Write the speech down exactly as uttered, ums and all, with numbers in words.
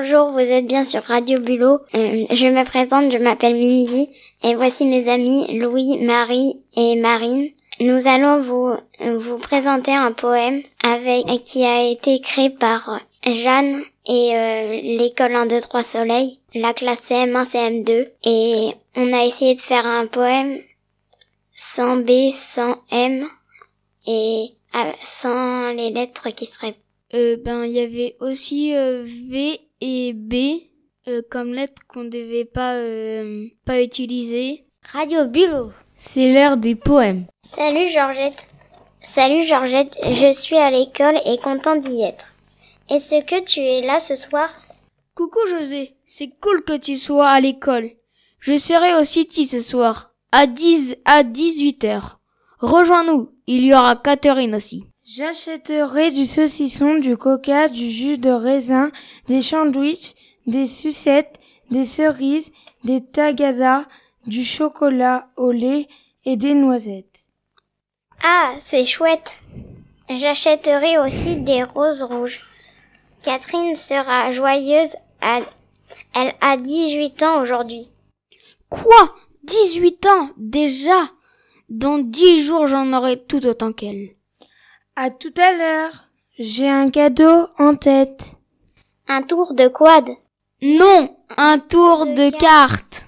Bonjour, vous êtes bien sur Radio Bulot. Euh, je me présente, je m'appelle Mindy et voici mes amis Louis, Marie et Marine. Nous allons vous vous présenter un poème avec qui a été créé par Jeanne et euh, l'école un deux trois Soleil, la classe C M un C M deux, et on a essayé de faire un poème sans B, sans M et euh, sans les lettres qui seraient Euh, ben, il y avait aussi euh, V et B euh, comme lettres qu'on devait pas euh, pas utiliser. Radio Bulot. C'est l'heure des poèmes. Salut Georgette. Salut Georgette, je suis à l'école et content d'y être. Est-ce que tu es là ce soir? Coucou José, c'est cool que tu sois à l'école. Je serai au City ce soir, à dix, à dix-huit heures. Rejoins-nous, il y aura Catherine aussi. J'achèterai du saucisson, du coca, du jus de raisin, des sandwichs, des sucettes, des cerises, des tagadas, du chocolat au lait et des noisettes. Ah, c'est chouette. J'achèterai aussi des roses rouges. Catherine sera joyeuse, elle, elle a dix-huit ans aujourd'hui. Quoi? dix-huit ans? Déjà? Dans dix jours, j'en aurai tout autant qu'elle. À tout à l'heure. J'ai un cadeau en tête. Un tour de quad? Non, un tour de cartes.